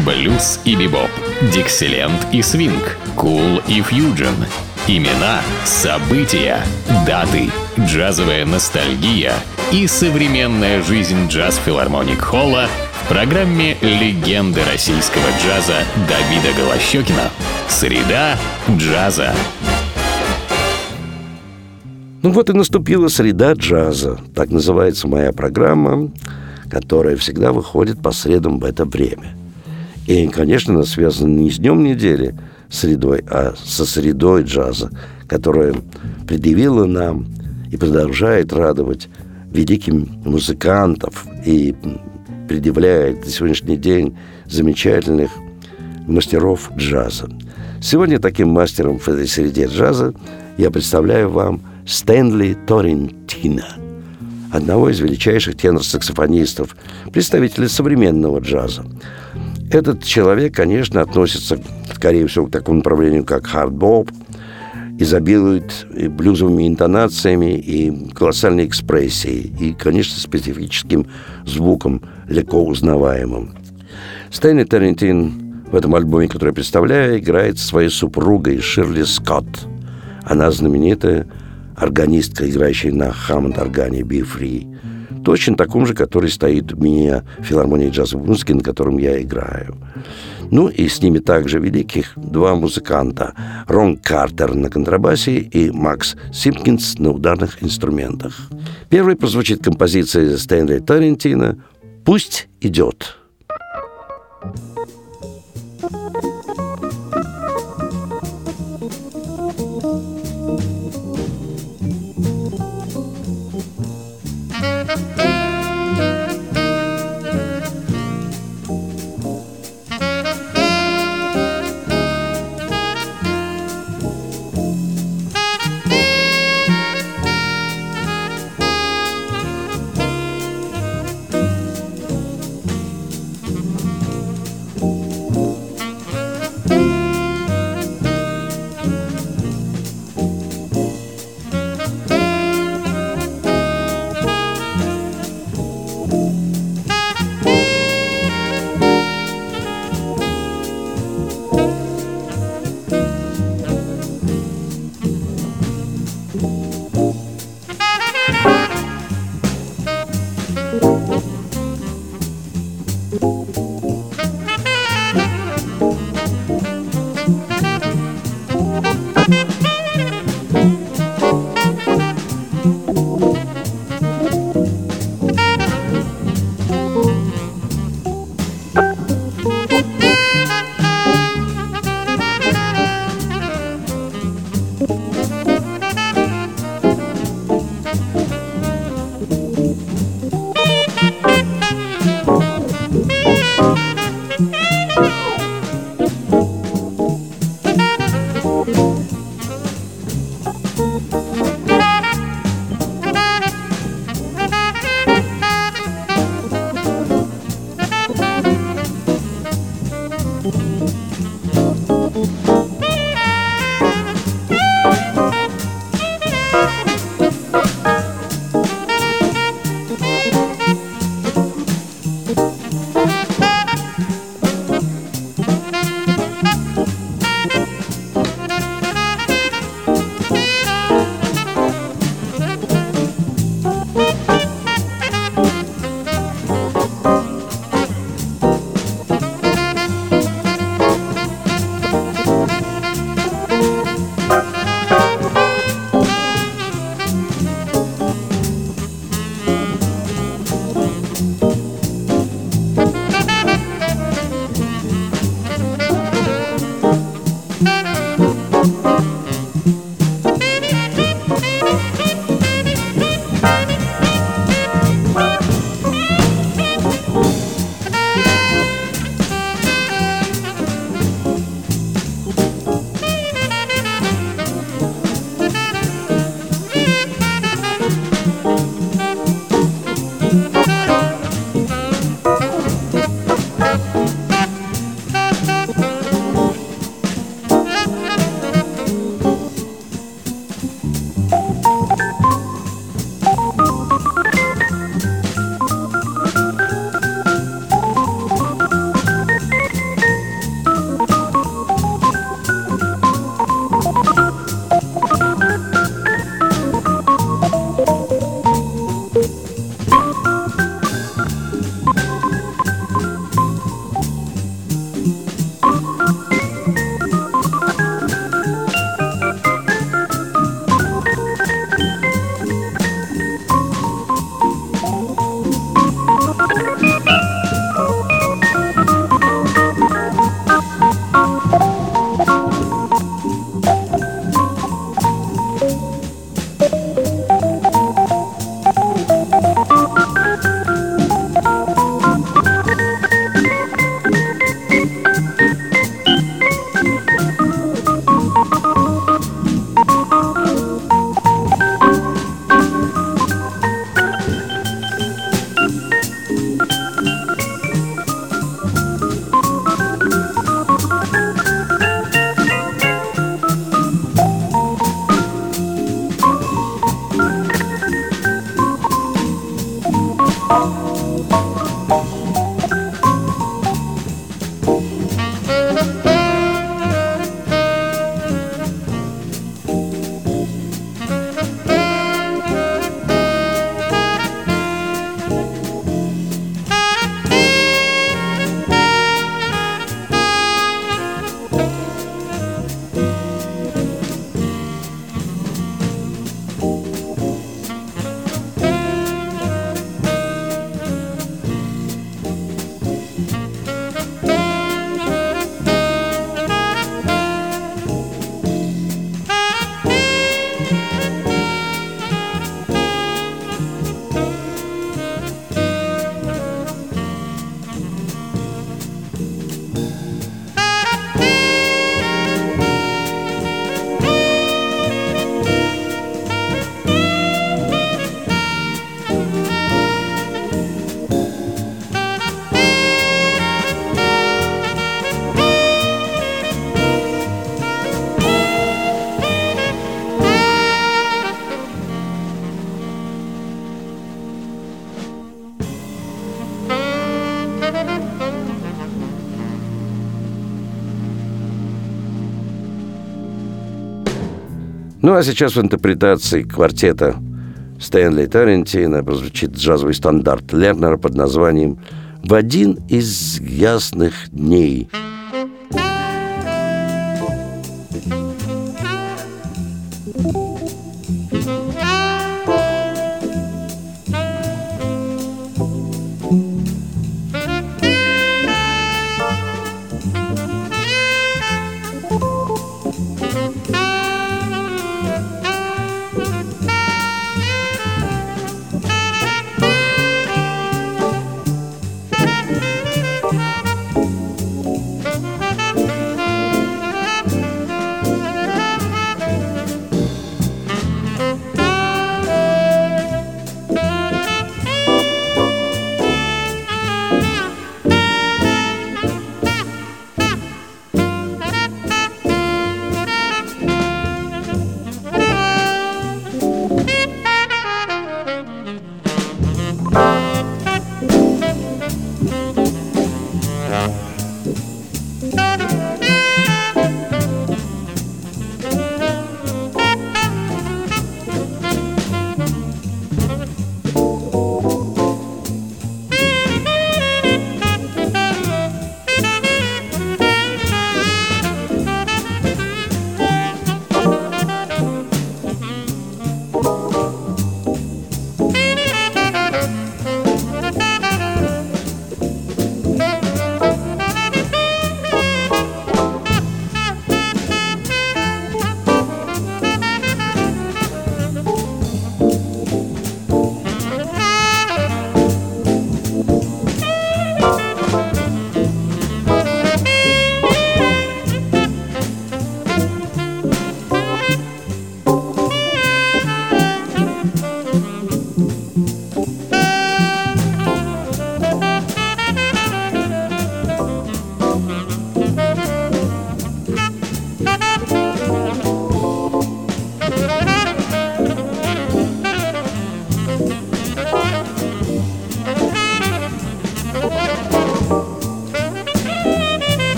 Блюз и бибоп, диксиленд и свинг, кул и фьюджен. Имена, события, даты, джазовая ностальгия и современная жизнь джаз-филармоник Холла в программе «Легенды российского джаза» Давида Голощёкина. Среда джаза. Ну вот и наступила среда джаза. Так называется моя программа, которая всегда выходит по средам в это время. И, конечно, она связана не с днем недели, средой, а со средой джаза, которая предъявила нам и продолжает радовать великих музыкантов и предъявляет на сегодняшний день замечательных мастеров джаза. Сегодня таким мастером в этой среде джаза я представляю вам Стэнли Торрентино, одного из величайших тенор-саксофонистов, представителя современного джаза. Этот человек, конечно, относится, скорее всего, к такому направлению, как хард-боп, изобилует блюзовыми интонациями и колоссальной экспрессией, и, конечно, специфическим звуком, легко узнаваемым. Стэнли Торрентино в этом альбоме, который я представляю, играет со своей супругой Ширли Скотт. Она знаменитая органистка, играющая на Хаммонд-органе «Be Free». Точно таком же, который стоит у меня в филармонии джазовой музыки, на котором я играю. Ну и с ними также великих два музыканта. Рон Картер на контрабасе и Макс Симпкинс на ударных инструментах. Первой прозвучит композиция Стэнли Торрентино «Пусть идет». Ну, а сейчас в интерпретации квартета Стэнли Тарантино прозвучит джазовый стандарт Лернера под названием «В один из ясных дней».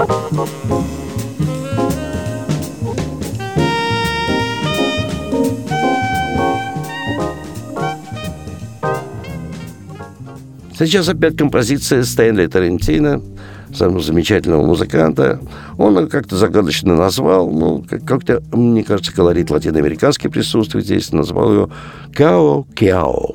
Сейчас опять композиция Стэнли Тарантино, самого замечательного музыканта. Он ее как-то загадочно назвал, как-то, мне кажется, колорит латиноамериканский присутствует здесь, назвал ее «Као Кяо».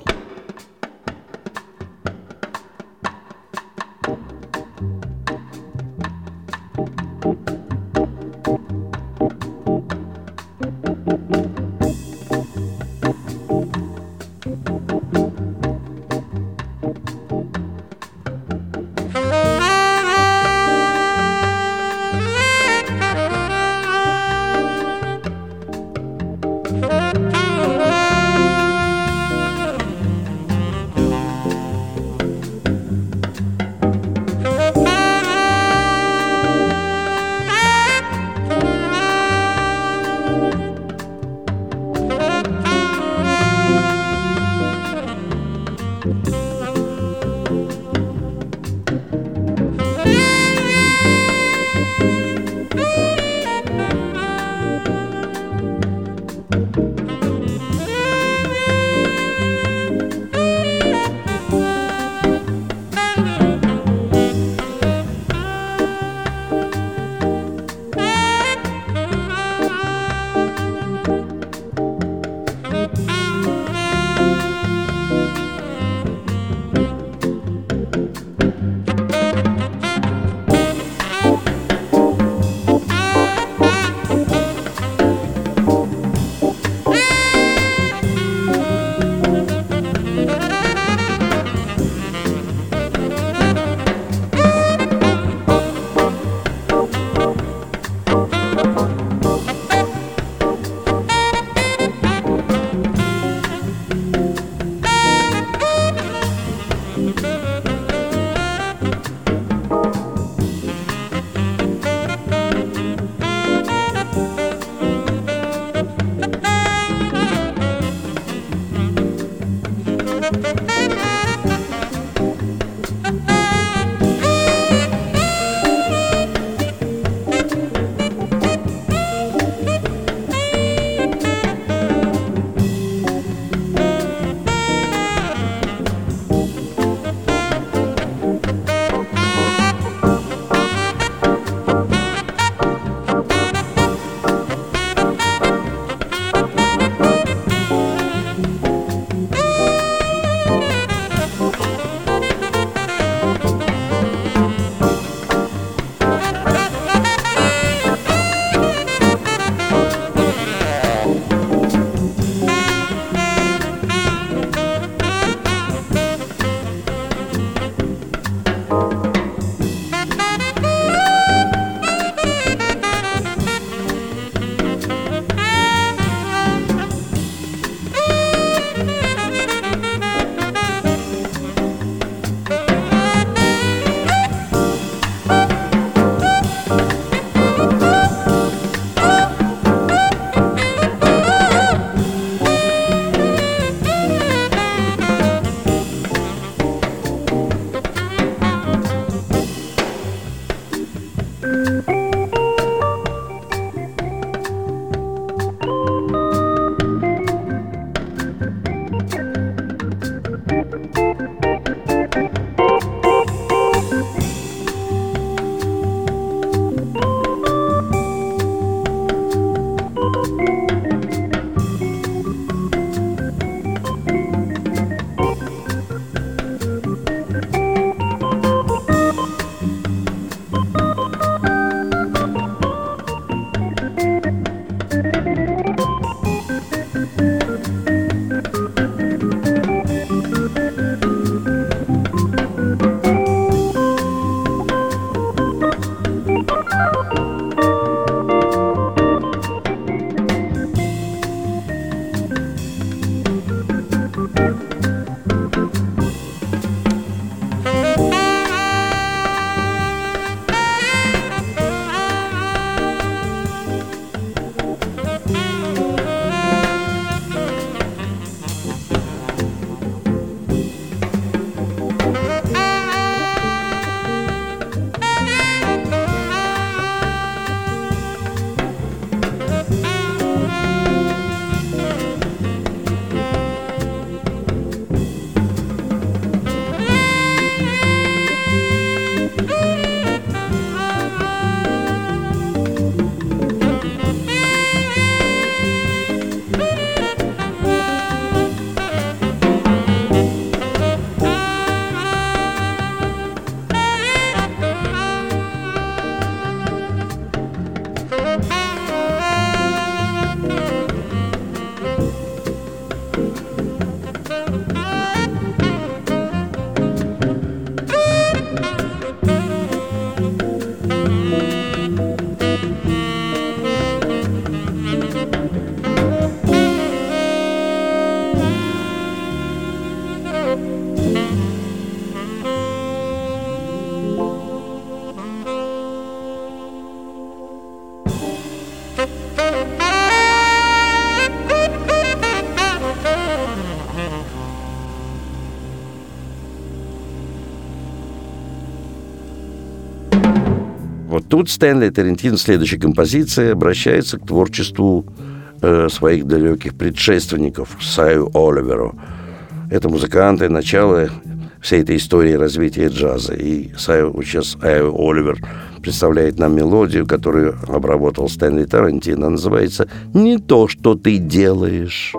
Вот тут Стэнли Тарантино в следующей композиции обращается к творчеству своих далеких предшественников, Саю Оливеру. Это музыканты, начало всей этой истории развития джаза. И сейчас Оливер представляет нам мелодию, которую обработал Стэнли Тарантино. Она называется «Не то, что ты делаешь».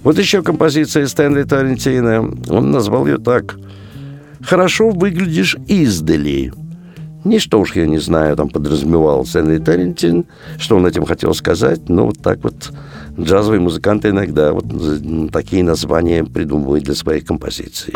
Вот еще композиция Стэнли Тарантино. Он назвал ее так: «Хорошо выглядишь издали». Ничто уж я не знаю, там подразумевал Стэнли Тарантино, что он этим хотел сказать, но вот так вот джазовые музыканты иногда вот такие названия придумывают для своих композиций.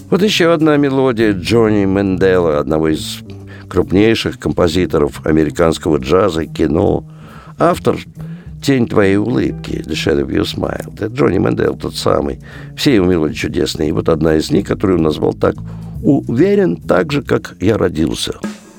Вот еще одна мелодия Джонни Мендела, одного из крупнейших композиторов американского джаза и кино. Автор «Тень твоей улыбки», «The Shadow of Your Smile». Это Джонни Мендел тот самый. Все его мелодии чудесные. И вот одна из них, которую он назвал так: «Уверен так же, как я родился».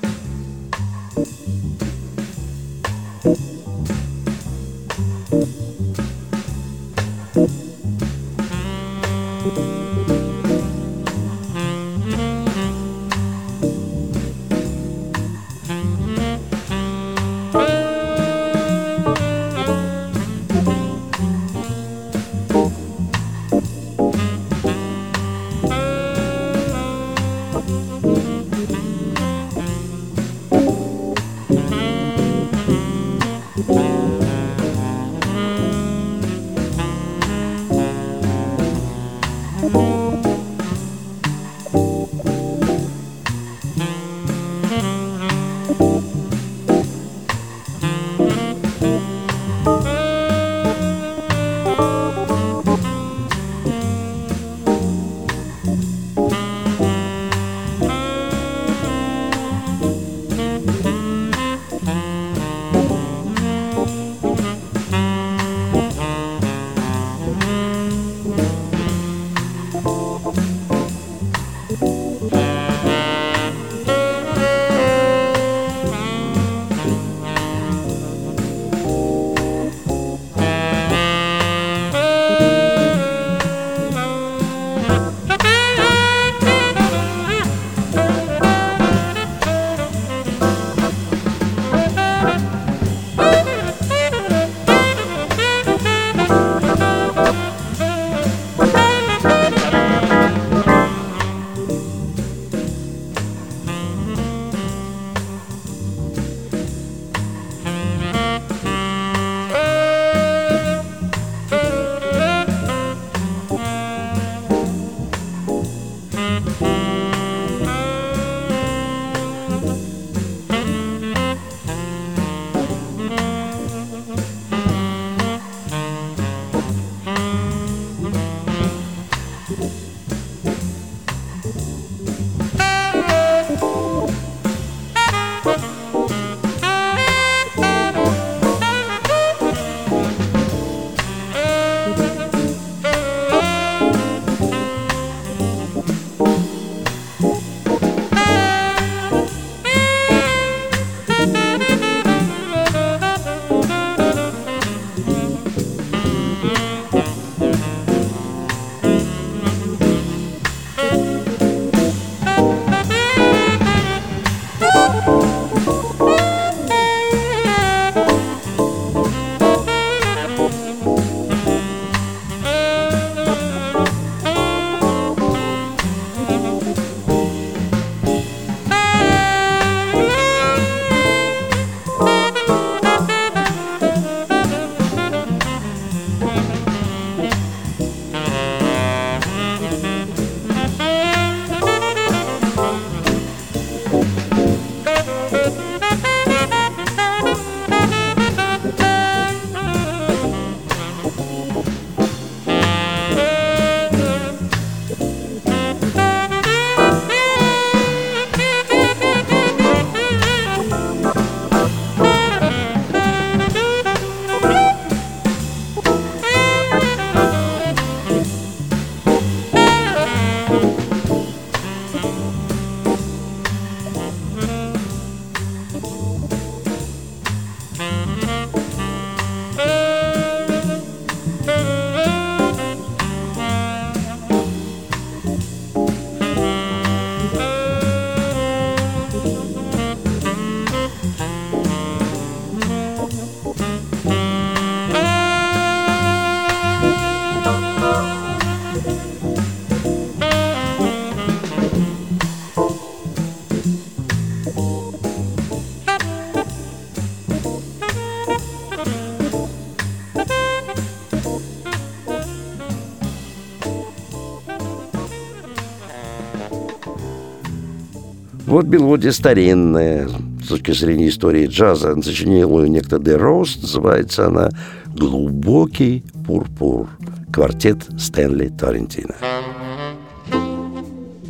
Вот мелодия старинная, с точки зрения истории джаза. Сочинил ее некто Де Роуз, называется она «Глубокий пурпур». Квартет Стэнли Торрентино.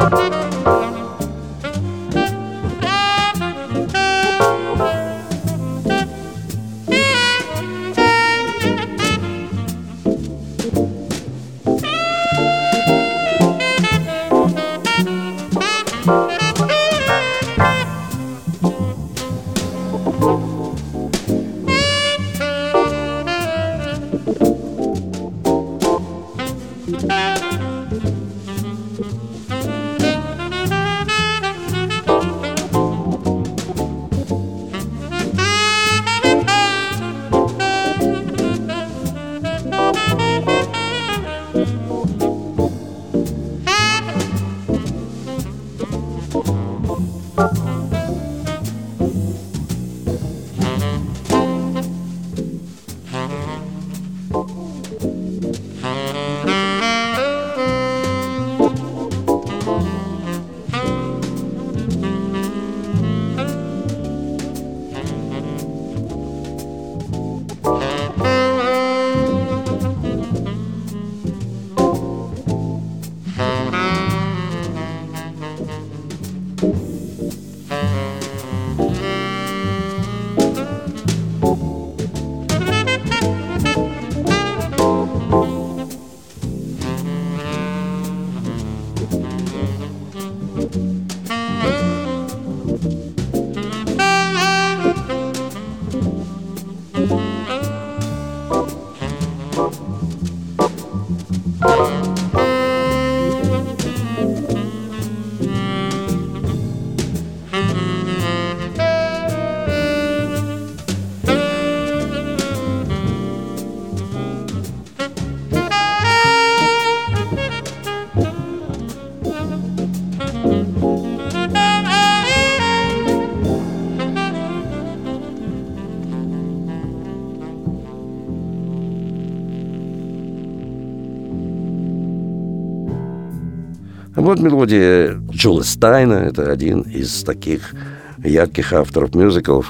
Вот мелодия Джула Стайна. Это один из таких ярких авторов мюзиклов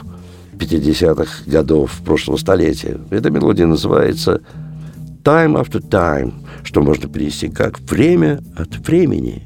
50-х годов прошлого столетия. Эта мелодия называется «Time After Time», что можно перевести как «время от времени».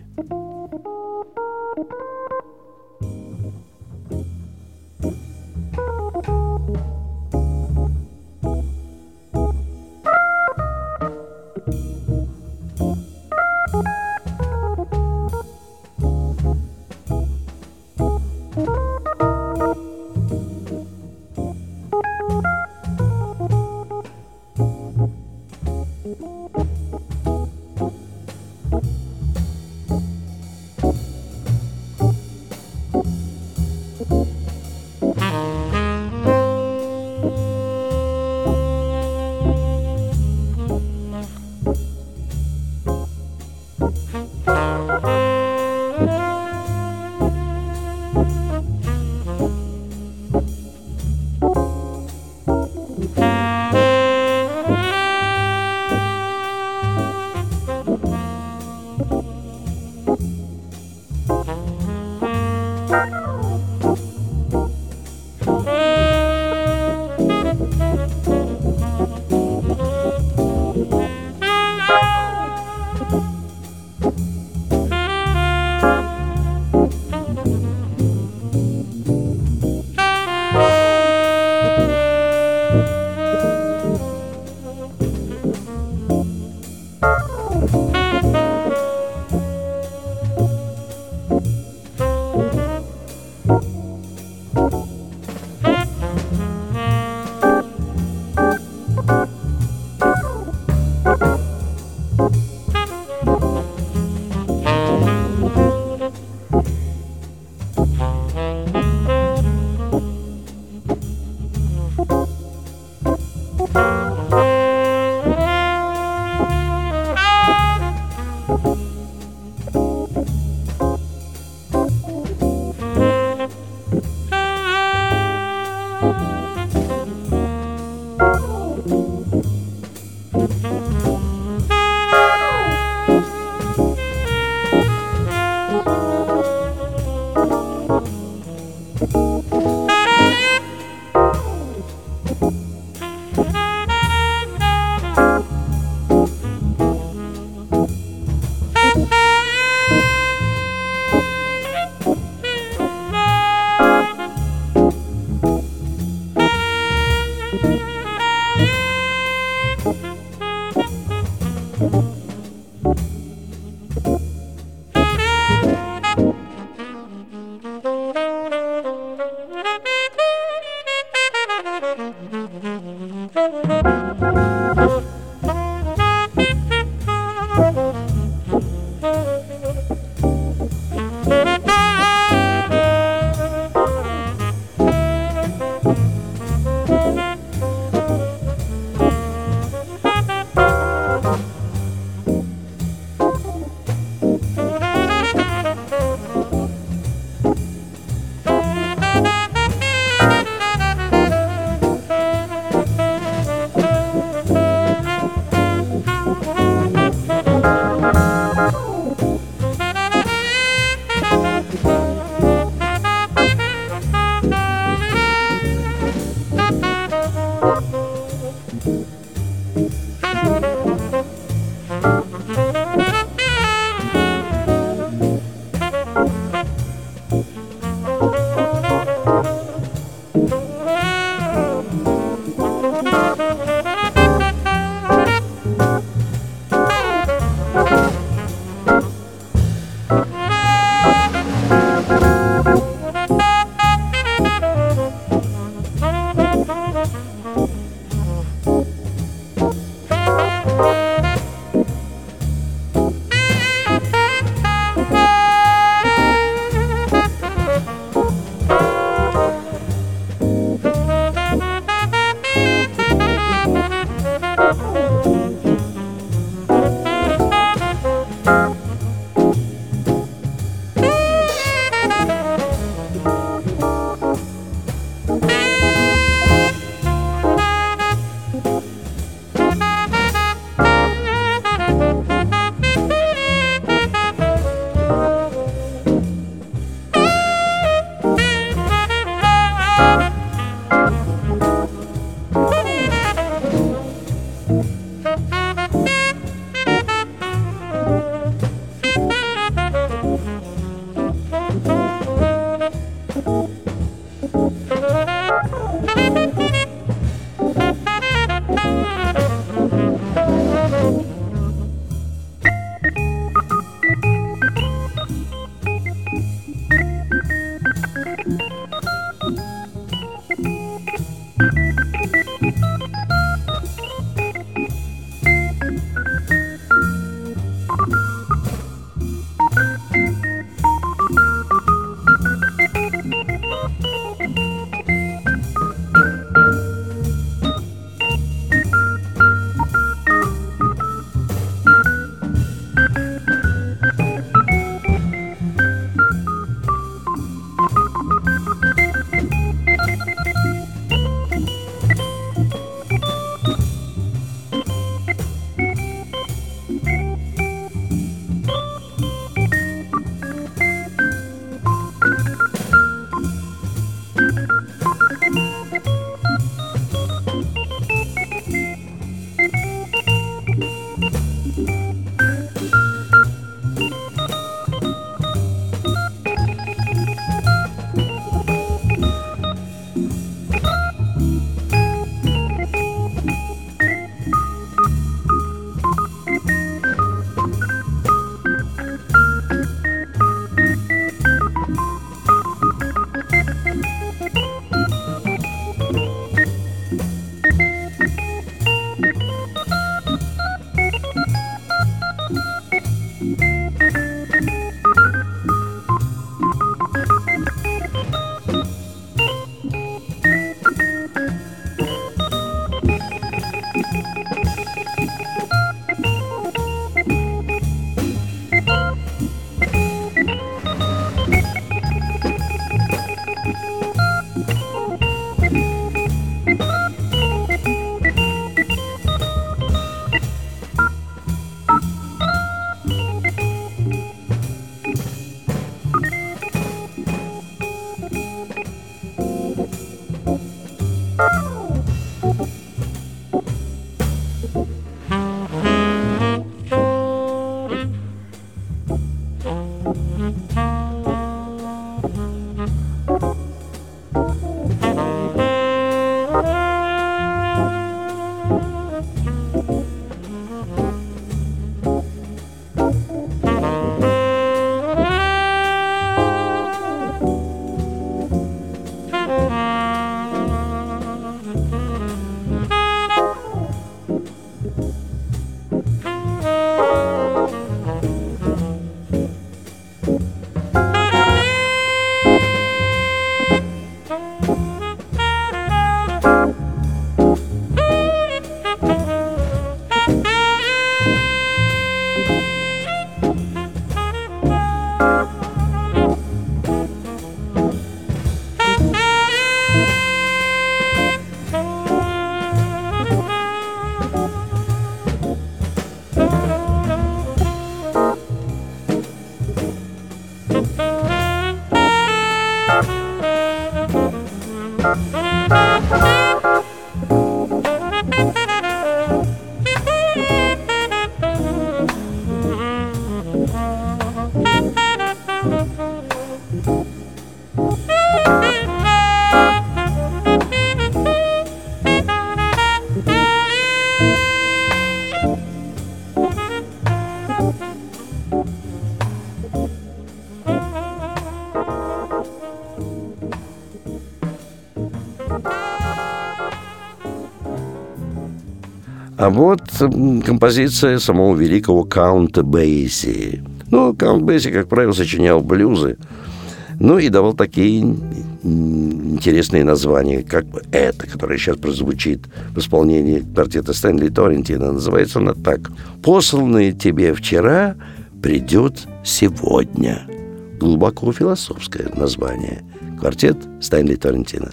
А вот композиция самого великого Каунта Бейси. Каунт Бейси, как правило, сочинял блюзы. И давал такие интересные названия, как это, которое сейчас прозвучит в исполнении квартета Стэнли Торрентина. Называется она так: «Посланное тебе вчера придет сегодня». Глубоко философское название. Квартет Стэнли Торрентина.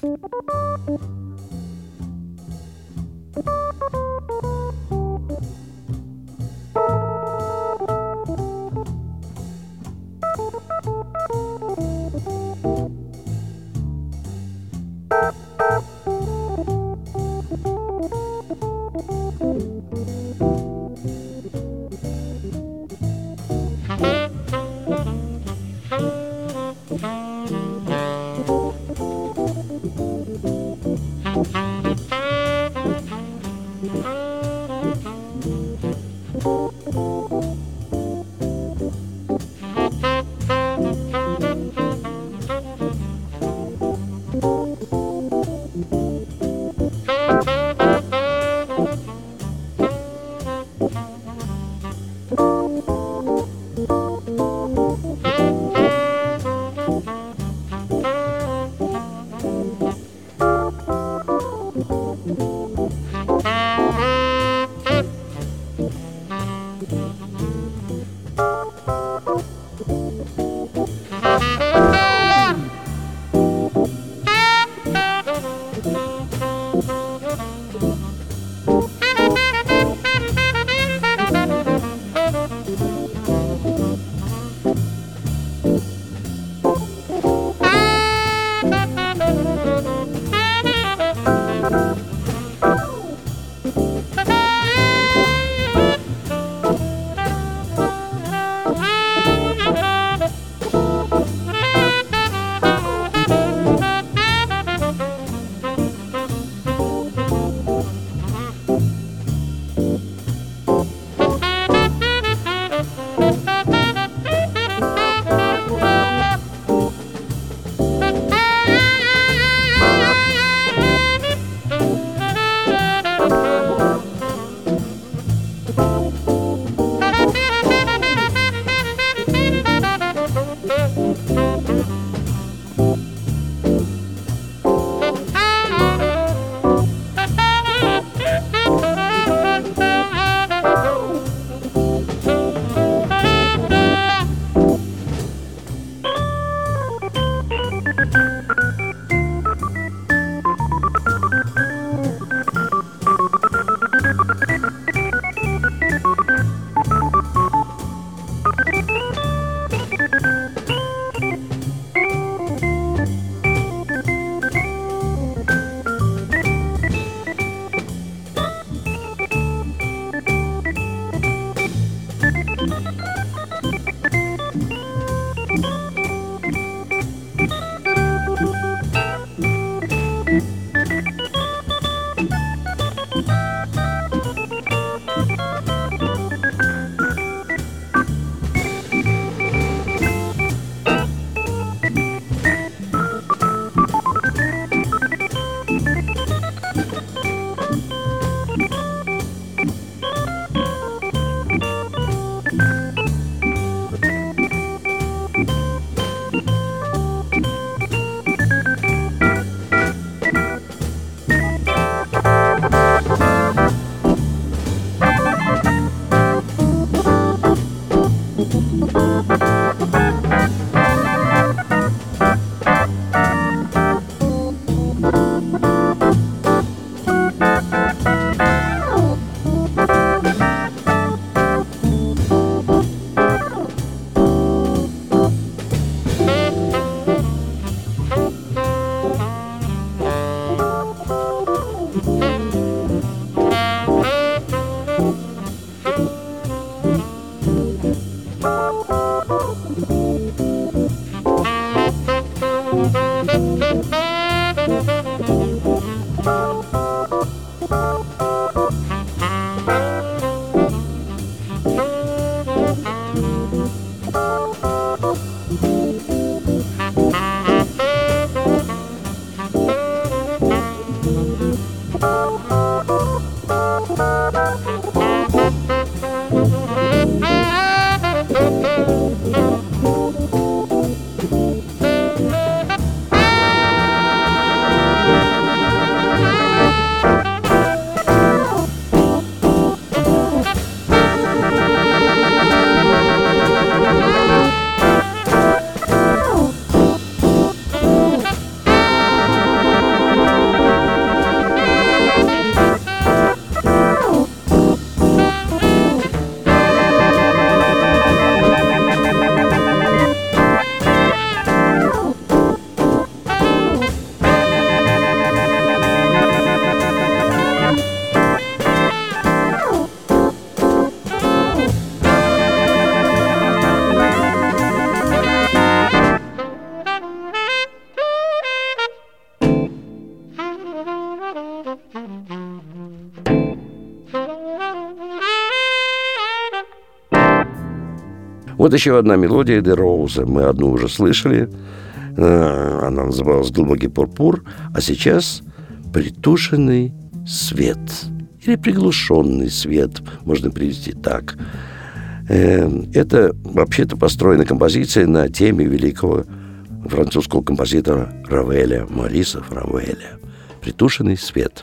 Вот еще одна мелодия Эдди Роуза. Мы одну уже слышали. Она называлась «Глубокий пурпур». А сейчас «Притушенный свет». Или «Приглушенный свет». Можно привести так. Это вообще-то построена композиция на теме великого французского композитора Равеля, Мориса Равеля. «Притушенный свет».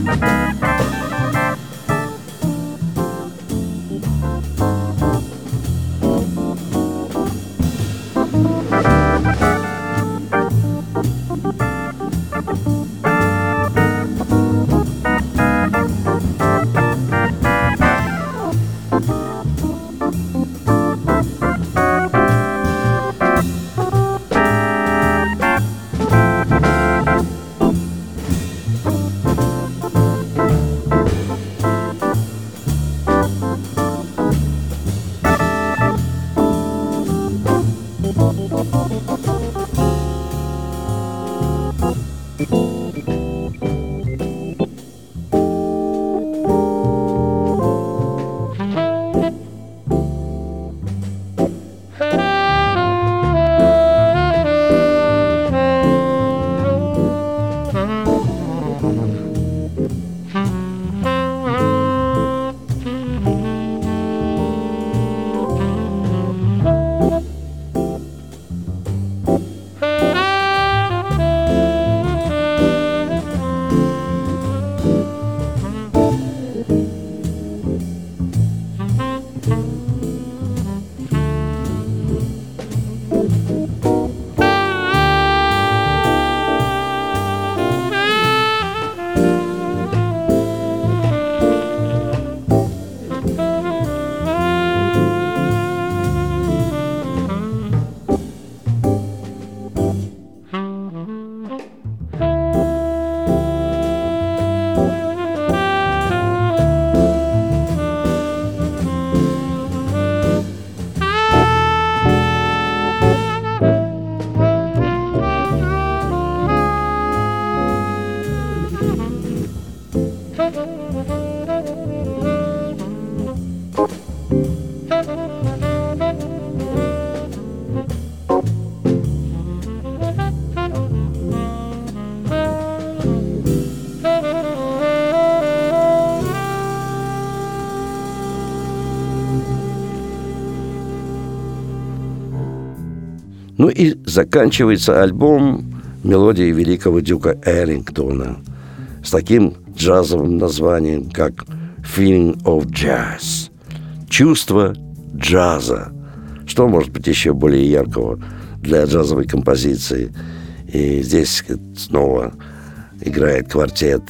Ну и заканчивается альбом мелодией великого Дюка Эллингтона с таким джазовым названием, как «Feeling of Jazz» – «Чувство джаза». Что может быть еще более яркого для джазовой композиции? И здесь снова играет квартет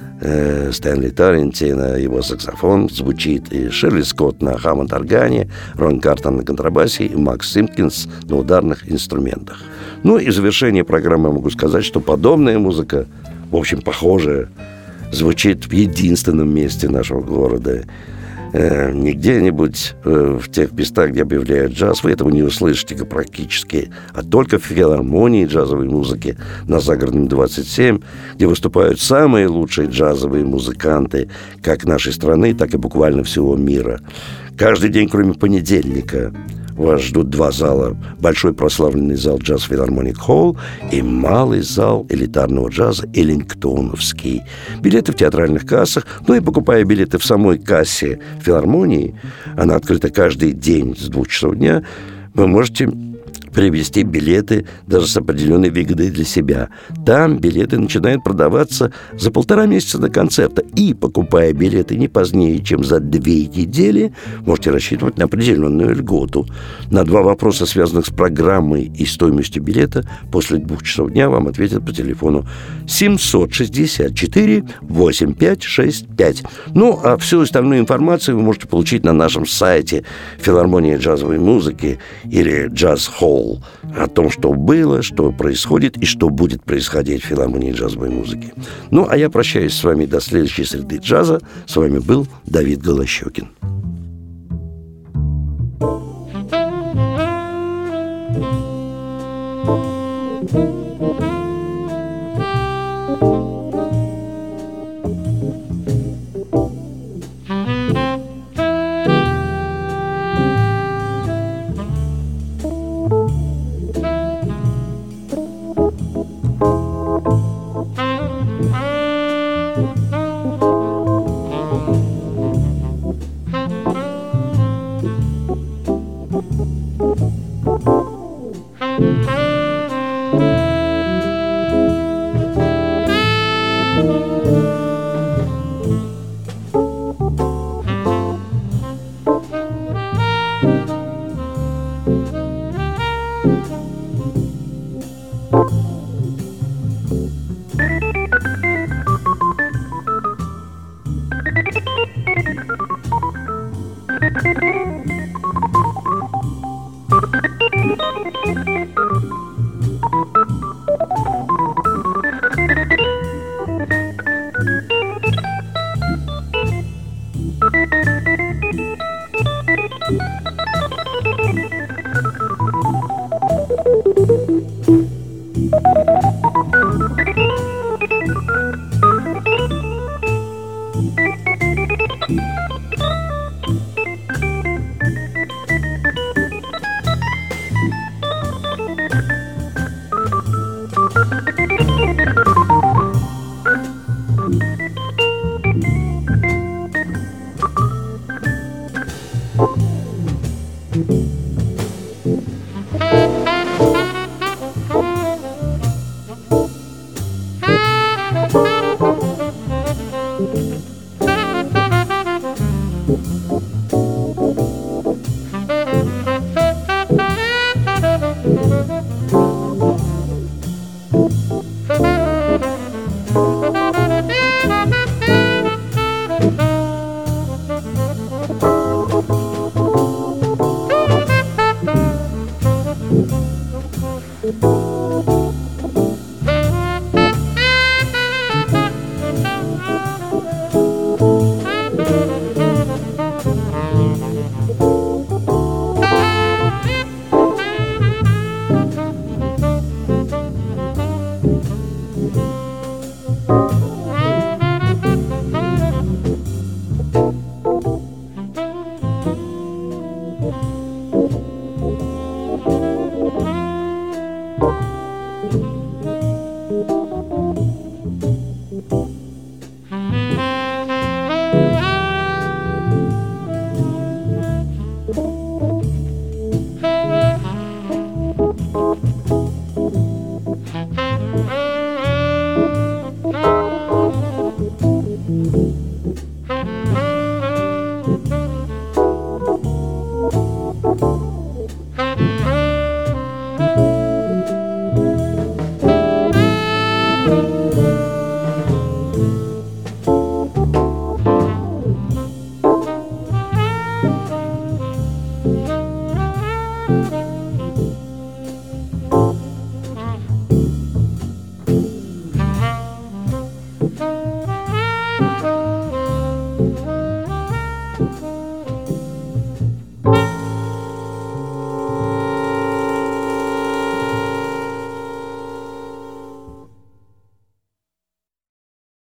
Стэнли Таррентина, его саксофон звучит, и Шерли Скотт на хаммонд-органе, Рон Картон на контрабасе и Макс Симпкинс на ударных инструментах. Ну и в завершение программы могу сказать, что подобная музыка, в общем, похожая, звучит в единственном месте нашего города. Не где-нибудь в тех местах, где объявляют джаз, вы этого не услышите практически, а только в филармонии джазовой музыки на Загородном 27, где выступают самые лучшие джазовые музыканты как нашей страны, так и буквально всего мира. Каждый день, кроме понедельника, вас ждут два зала. Большой прославленный зал Джаз Филармоник Холл и малый зал элитарного джаза Эллингтоновский. Билеты в театральных кассах, ну и покупая билеты в самой кассе филармонии, она открыта каждый день с 2 часов дня, вы можете приобрести билеты даже с определенной выгодой для себя. Там билеты начинают продаваться за 1,5 месяца до концерта. И, покупая билеты не позднее, чем за 2 недели, можете рассчитывать на определенную льготу. На 2 вопроса, связанных с программой и стоимостью билета, после 2 часов дня вам ответят по телефону 764-8565. Ну, а всю остальную информацию вы можете получить на нашем сайте Филармонии джазовой музыки или Джаз Холл, о том, что было, что происходит и что будет происходить в Филармонии джазовой музыки. Ну, а я прощаюсь с вами до следующей среды джаза. С вами был Давид Голощёкин.